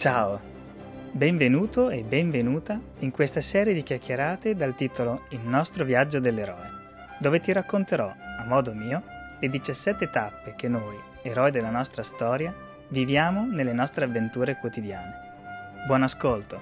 Ciao, benvenuto e benvenuta in questa serie di chiacchierate dal titolo Il nostro viaggio dell'eroe, dove ti racconterò, a modo mio, le 17 tappe che noi, eroi della nostra storia, viviamo nelle nostre avventure quotidiane. Buon ascolto!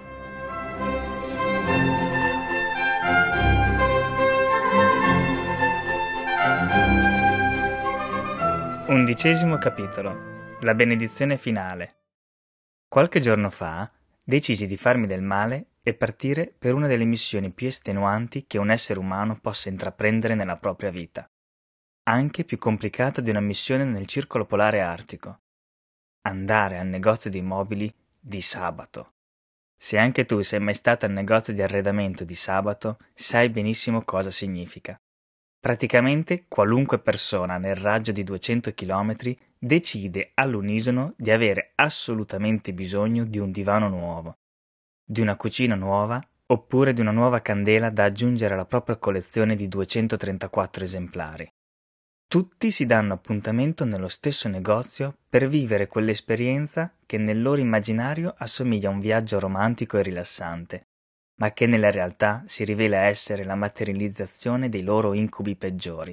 11° capitolo. La benedizione finale. Qualche giorno fa decisi di farmi del male e partire per una delle missioni più estenuanti che un essere umano possa intraprendere nella propria vita, anche più complicata di una missione nel circolo polare artico: andare al negozio di mobili di sabato. Se anche tu sei mai stato al negozio di arredamento di sabato, sai benissimo cosa significa. Praticamente qualunque persona nel raggio di 200 km decide all'unisono di avere assolutamente bisogno di un divano nuovo, di una cucina nuova oppure di una nuova candela da aggiungere alla propria collezione di 234 esemplari. Tutti si danno appuntamento nello stesso negozio per vivere quell'esperienza che nel loro immaginario assomiglia a un viaggio romantico e rilassante, ma che nella realtà si rivela essere la materializzazione dei loro incubi peggiori.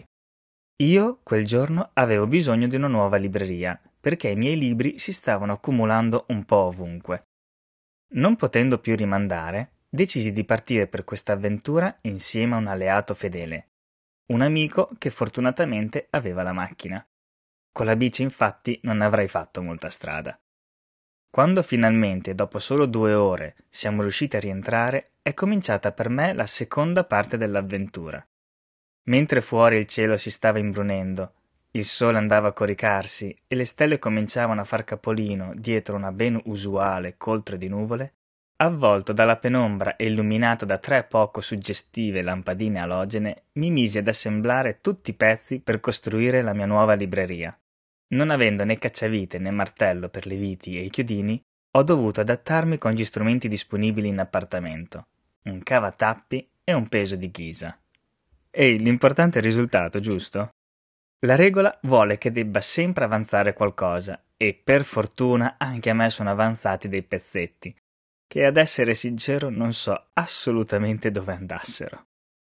Io quel giorno avevo bisogno di una nuova libreria, perché i miei libri si stavano accumulando un po' ovunque. Non potendo più rimandare, decisi di partire per questa avventura insieme a un alleato fedele, un amico che fortunatamente aveva la macchina. Con la bici infatti non avrei fatto molta strada. Quando finalmente, dopo solo 2 ore, siamo riusciti a rientrare, è cominciata per me la seconda parte dell'avventura. Mentre fuori il cielo si stava imbrunendo, il sole andava a coricarsi e le stelle cominciavano a far capolino dietro una ben usuale coltre di nuvole, avvolto dalla penombra e illuminato da 3 poco suggestive lampadine alogene, mi misi ad assemblare tutti i pezzi per costruire la mia nuova libreria. Non avendo né cacciavite né martello per le viti e i chiodini, ho dovuto adattarmi con gli strumenti disponibili in appartamento: un cavatappi e un peso di ghisa. Ehi, l'importante è il risultato, giusto? La regola vuole che debba sempre avanzare qualcosa, e per fortuna anche a me sono avanzati dei pezzetti, che ad essere sincero non so assolutamente dove andassero.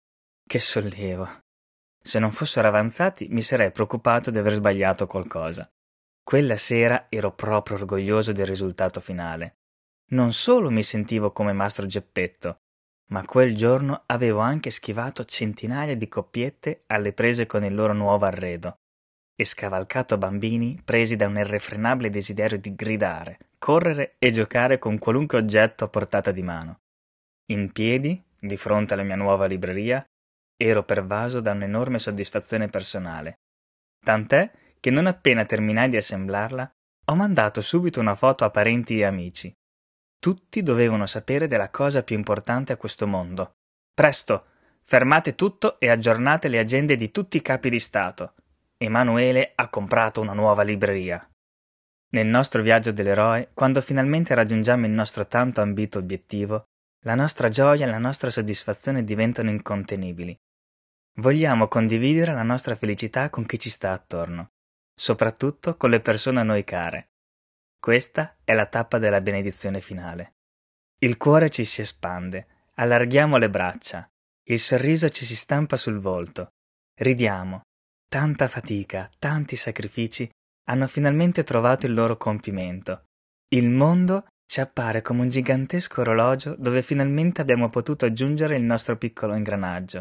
Che sollievo! Se non fossero avanzati mi sarei preoccupato di aver sbagliato qualcosa. Quella sera ero proprio orgoglioso del risultato finale. Non solo mi sentivo come Mastro Geppetto, ma quel giorno avevo anche schivato centinaia di coppiette alle prese con il loro nuovo arredo e scavalcato bambini presi da un irrefrenabile desiderio di gridare, correre e giocare con qualunque oggetto a portata di mano. In piedi, di fronte alla mia nuova libreria, ero pervaso da un'enorme soddisfazione personale, tant'è che non appena terminai di assemblarla, ho mandato subito una foto a parenti e amici. Tutti dovevano sapere della cosa più importante a questo mondo. Presto, fermate tutto e aggiornate le agende di tutti i capi di Stato. Emanuele ha comprato una nuova libreria. Nel nostro viaggio dell'eroe, quando finalmente raggiungiamo il nostro tanto ambito obiettivo, la nostra gioia e la nostra soddisfazione diventano incontenibili. Vogliamo condividere la nostra felicità con chi ci sta attorno, soprattutto con le persone a noi care. Questa è la tappa della benedizione finale. Il cuore ci si espande, allarghiamo le braccia, il sorriso ci si stampa sul volto, ridiamo. Tanta fatica, tanti sacrifici hanno finalmente trovato il loro compimento. Il mondo ci appare come un gigantesco orologio dove finalmente abbiamo potuto aggiungere il nostro piccolo ingranaggio.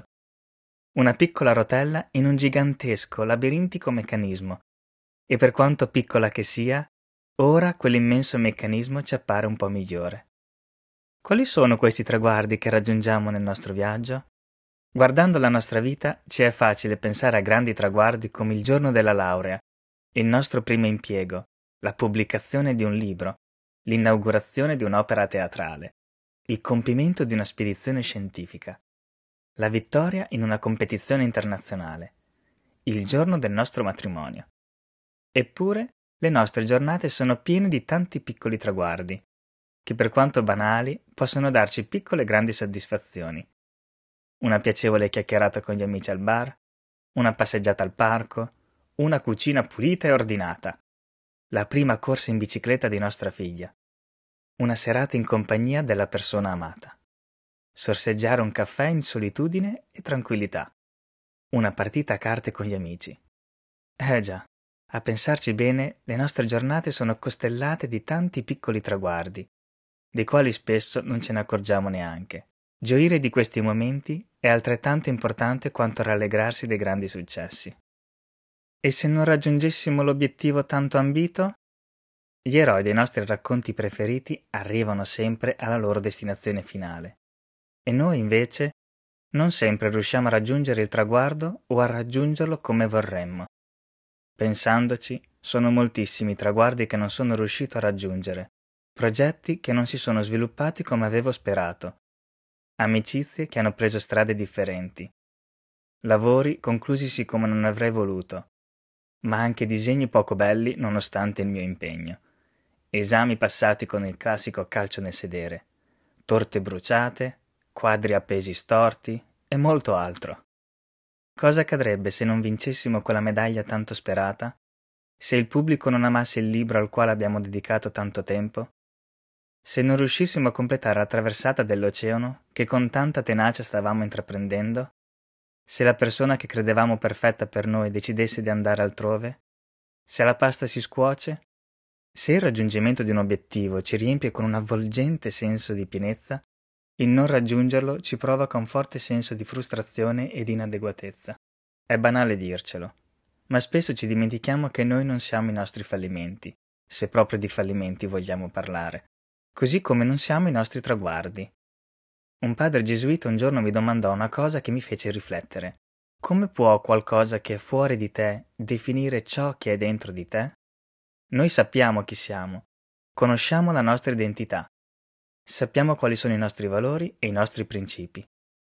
Una piccola rotella in un gigantesco, labirintico meccanismo, e per quanto piccola che sia, ora quell'immenso meccanismo ci appare un po' migliore. Quali sono questi traguardi che raggiungiamo nel nostro viaggio? Guardando la nostra vita, ci è facile pensare a grandi traguardi come il giorno della laurea, il nostro primo impiego, la pubblicazione di un libro, l'inaugurazione di un'opera teatrale, il compimento di una spedizione scientifica, la vittoria in una competizione internazionale, il giorno del nostro matrimonio. Eppure, le nostre giornate sono piene di tanti piccoli traguardi, che per quanto banali possono darci piccole e grandi soddisfazioni. Una piacevole chiacchierata con gli amici al bar, una passeggiata al parco, una cucina pulita e ordinata, la prima corsa in bicicletta di nostra figlia. una serata in compagnia della persona amata, sorseggiare un caffè in solitudine e tranquillità, una partita a carte con gli amici. Già, a pensarci bene, le nostre giornate sono costellate di tanti piccoli traguardi, dei quali spesso non ce ne accorgiamo neanche. Gioire di questi momenti è altrettanto importante quanto rallegrarsi dei grandi successi. E se non raggiungessimo l'obiettivo tanto ambito? Gli eroi dei nostri racconti preferiti arrivano sempre alla loro destinazione finale. E noi, invece, non sempre riusciamo a raggiungere il traguardo o a raggiungerlo come vorremmo. Pensandoci, sono moltissimi i traguardi che non sono riuscito a raggiungere, progetti che non si sono sviluppati come avevo sperato, amicizie che hanno preso strade differenti, lavori conclusisi come non avrei voluto, ma anche disegni poco belli nonostante il mio impegno, esami passati con il classico calcio nel sedere, torte bruciate, quadri appesi storti e molto altro. Cosa accadrebbe se non vincessimo quella medaglia tanto sperata? Se il pubblico non amasse il libro al quale abbiamo dedicato tanto tempo? Se non riuscissimo a completare la traversata dell'oceano che con tanta tenacia stavamo intraprendendo? Se la persona che credevamo perfetta per noi decidesse di andare altrove? Se la pasta si scuoce? Se il raggiungimento di un obiettivo ci riempie con un avvolgente senso di pienezza, il non raggiungerlo ci provoca un forte senso di frustrazione e di inadeguatezza. È banale dircelo, ma spesso ci dimentichiamo che noi non siamo i nostri fallimenti, se proprio di fallimenti vogliamo parlare, così come non siamo i nostri traguardi. Un padre gesuita un giorno mi domandò una cosa che mi fece riflettere. Come può qualcosa che è fuori di te definire ciò che è dentro di te? Noi sappiamo chi siamo, conosciamo la nostra identità, sappiamo quali sono i nostri valori e i nostri principi.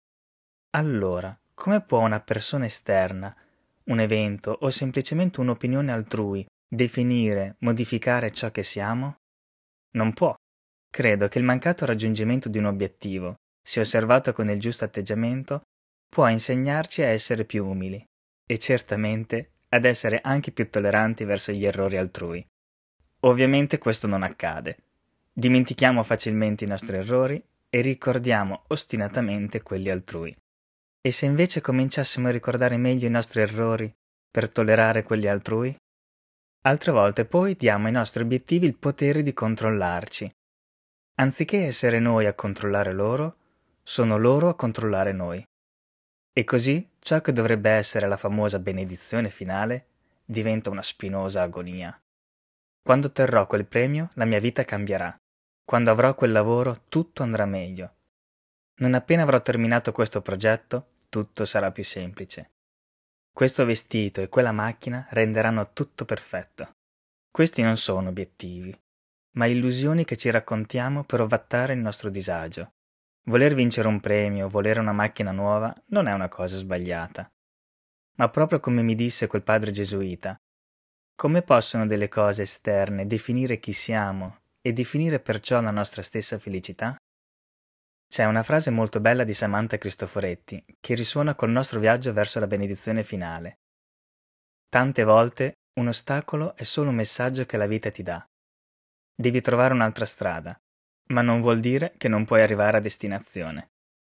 Allora, come può una persona esterna, un evento o semplicemente un'opinione altrui definire, modificare ciò che siamo? Non può. Credo che il mancato raggiungimento di un obiettivo, se osservato con il giusto atteggiamento, può insegnarci a essere più umili e certamente ad essere anche più tolleranti verso gli errori altrui. Ovviamente questo non accade. Dimentichiamo facilmente i nostri errori e ricordiamo ostinatamente quelli altrui. E se invece cominciassimo a ricordare meglio i nostri errori per tollerare quelli altrui? Altre volte poi diamo ai nostri obiettivi il potere di controllarci. Anziché essere noi a controllare loro, sono loro a controllare noi. E così ciò che dovrebbe essere la famosa benedizione finale diventa una spinosa agonia. Quando otterrò quel premio, la mia vita cambierà. Quando avrò quel lavoro, tutto andrà meglio. Non appena avrò terminato questo progetto, tutto sarà più semplice. Questo vestito e quella macchina renderanno tutto perfetto. Questi non sono obiettivi, ma illusioni che ci raccontiamo per ovattare il nostro disagio. Voler vincere un premio, volere una macchina nuova, non è una cosa sbagliata. Ma proprio come mi disse quel padre gesuita, come possono delle cose esterne definire chi siamo e definire perciò la nostra stessa felicità? C'è una frase molto bella di Samantha Cristoforetti che risuona col nostro viaggio verso la benedizione finale. Tante volte un ostacolo è solo un messaggio che la vita ti dà. Devi trovare un'altra strada, ma non vuol dire che non puoi arrivare a destinazione.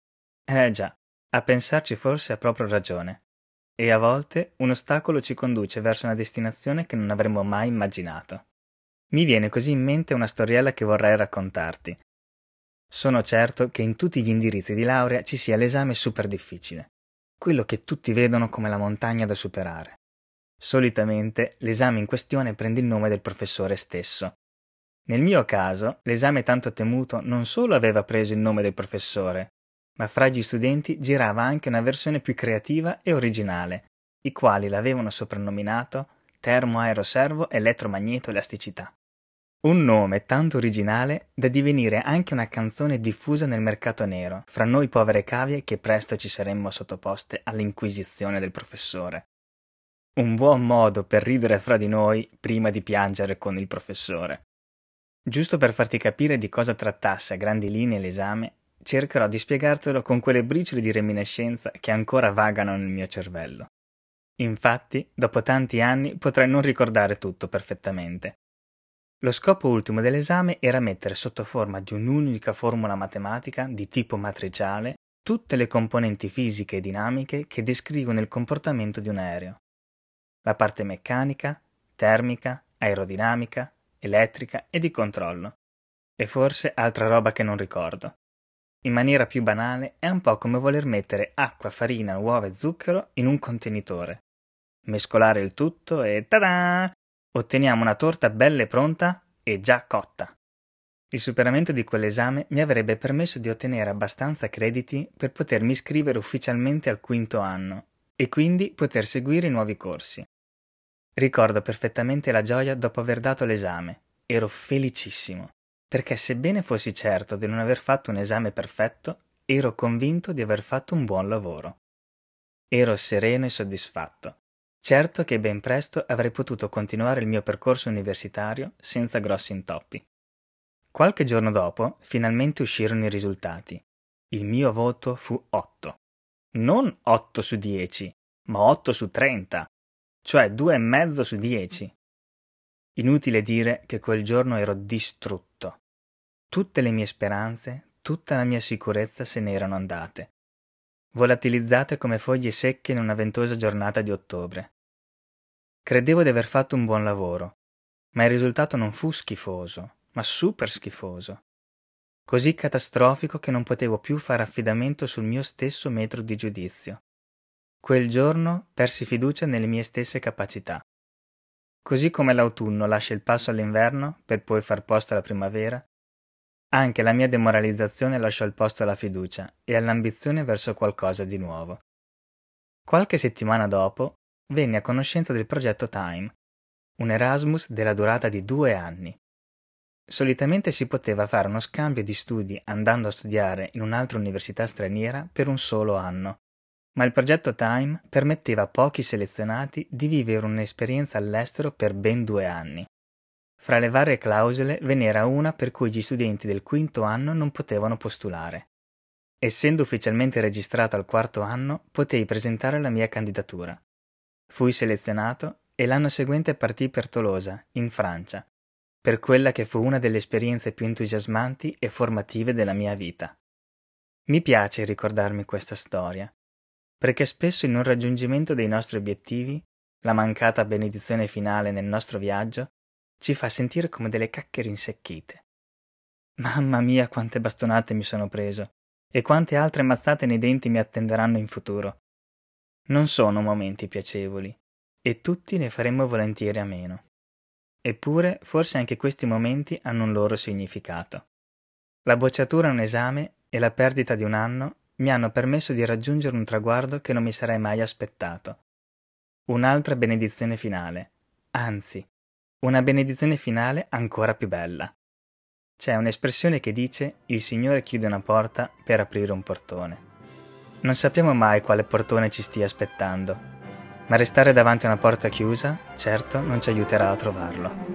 Già, a pensarci forse ha proprio ragione. E a volte un ostacolo ci conduce verso una destinazione che non avremmo mai immaginato. Mi viene così in mente una storiella che vorrei raccontarti. Sono certo che in tutti gli indirizzi di laurea ci sia l'esame super difficile, quello che tutti vedono come la montagna da superare. Solitamente l'esame in questione prende il nome del professore stesso. Nel mio caso, l'esame tanto temuto non solo aveva preso il nome del professore, ma fra gli studenti girava anche una versione più creativa e originale, i quali l'avevano soprannominato termo-aeroservo elettromagneto-elasticità. Un nome tanto originale da divenire anche una canzone diffusa nel mercato nero, fra noi povere cavie che presto ci saremmo sottoposte all'inquisizione del professore. Un buon modo per ridere fra di noi prima di piangere con il professore. Giusto per farti capire di cosa trattasse a grandi linee l'esame, cercherò di spiegartelo con quelle briciole di reminiscenza che ancora vagano nel mio cervello. Infatti, dopo tanti anni potrei non ricordare tutto perfettamente. Lo scopo ultimo dell'esame era mettere sotto forma di un'unica formula matematica di tipo matriciale tutte le componenti fisiche e dinamiche che descrivono il comportamento di un aereo. La parte meccanica, termica, aerodinamica, elettrica e di controllo. E forse altra roba che non ricordo. In maniera più banale è un po' come voler mettere acqua, farina, uova e zucchero in un contenitore. Mescolare il tutto e tada! Otteniamo una torta bella e pronta e già cotta. Il superamento di quell'esame mi avrebbe permesso di ottenere abbastanza crediti per potermi iscrivere ufficialmente al 5º anno e quindi poter seguire i nuovi corsi. Ricordo perfettamente la gioia dopo aver dato l'esame. Ero felicissimo, perché sebbene fossi certo di non aver fatto un esame perfetto, ero convinto di aver fatto un buon lavoro. Ero sereno e soddisfatto, certo che ben presto avrei potuto continuare il mio percorso universitario senza grossi intoppi. Qualche giorno dopo, finalmente uscirono i risultati. Il mio voto fu 8. Non 8 su 10, ma 8 su 30, cioè 2,5 su 10. Inutile dire che quel giorno ero distrutto. Tutte le mie speranze, tutta la mia sicurezza se ne erano andate, volatilizzate come foglie secche in una ventosa giornata di ottobre. Credevo di aver fatto un buon lavoro, ma il risultato non fu schifoso, ma super schifoso. Così catastrofico che non potevo più fare affidamento sul mio stesso metro di giudizio. Quel giorno persi fiducia nelle mie stesse capacità. Così come l'autunno lascia il passo all'inverno per poi far posto alla primavera, anche la mia demoralizzazione lasciò il posto alla fiducia e all'ambizione verso qualcosa di nuovo. Qualche settimana dopo venni a conoscenza del progetto Time, un Erasmus della durata di 2 anni. Solitamente si poteva fare uno scambio di studi andando a studiare in un'altra università straniera per un solo anno, ma il progetto Time permetteva a pochi selezionati di vivere un'esperienza all'estero per ben 2 anni. Fra le varie clausole ve n'era una per cui gli studenti del 5º anno non potevano postulare. Essendo ufficialmente registrato al 4º anno, potei presentare la mia candidatura. Fui selezionato e l'anno seguente partii per Tolosa, in Francia, per quella che fu una delle esperienze più entusiasmanti e formative della mia vita. Mi piace ricordarmi questa storia, perché spesso il non raggiungimento dei nostri obiettivi, la mancata benedizione finale nel nostro viaggio, ci fa sentire come delle cacche rinsecchite. Mamma mia quante bastonate mi sono preso e quante altre mazzate nei denti mi attenderanno in futuro. Non sono momenti piacevoli e tutti ne faremmo volentieri a meno. Eppure forse anche questi momenti hanno un loro significato. La bocciatura a un esame e la perdita di un anno mi hanno permesso di raggiungere un traguardo che non mi sarei mai aspettato. Un'altra benedizione finale, anzi, una benedizione finale ancora più bella. C'è un'espressione che dice «Il Signore chiude una porta per aprire un portone». Non sappiamo mai quale portone ci stia aspettando, ma restare davanti a una porta chiusa, certo, non ci aiuterà a trovarlo.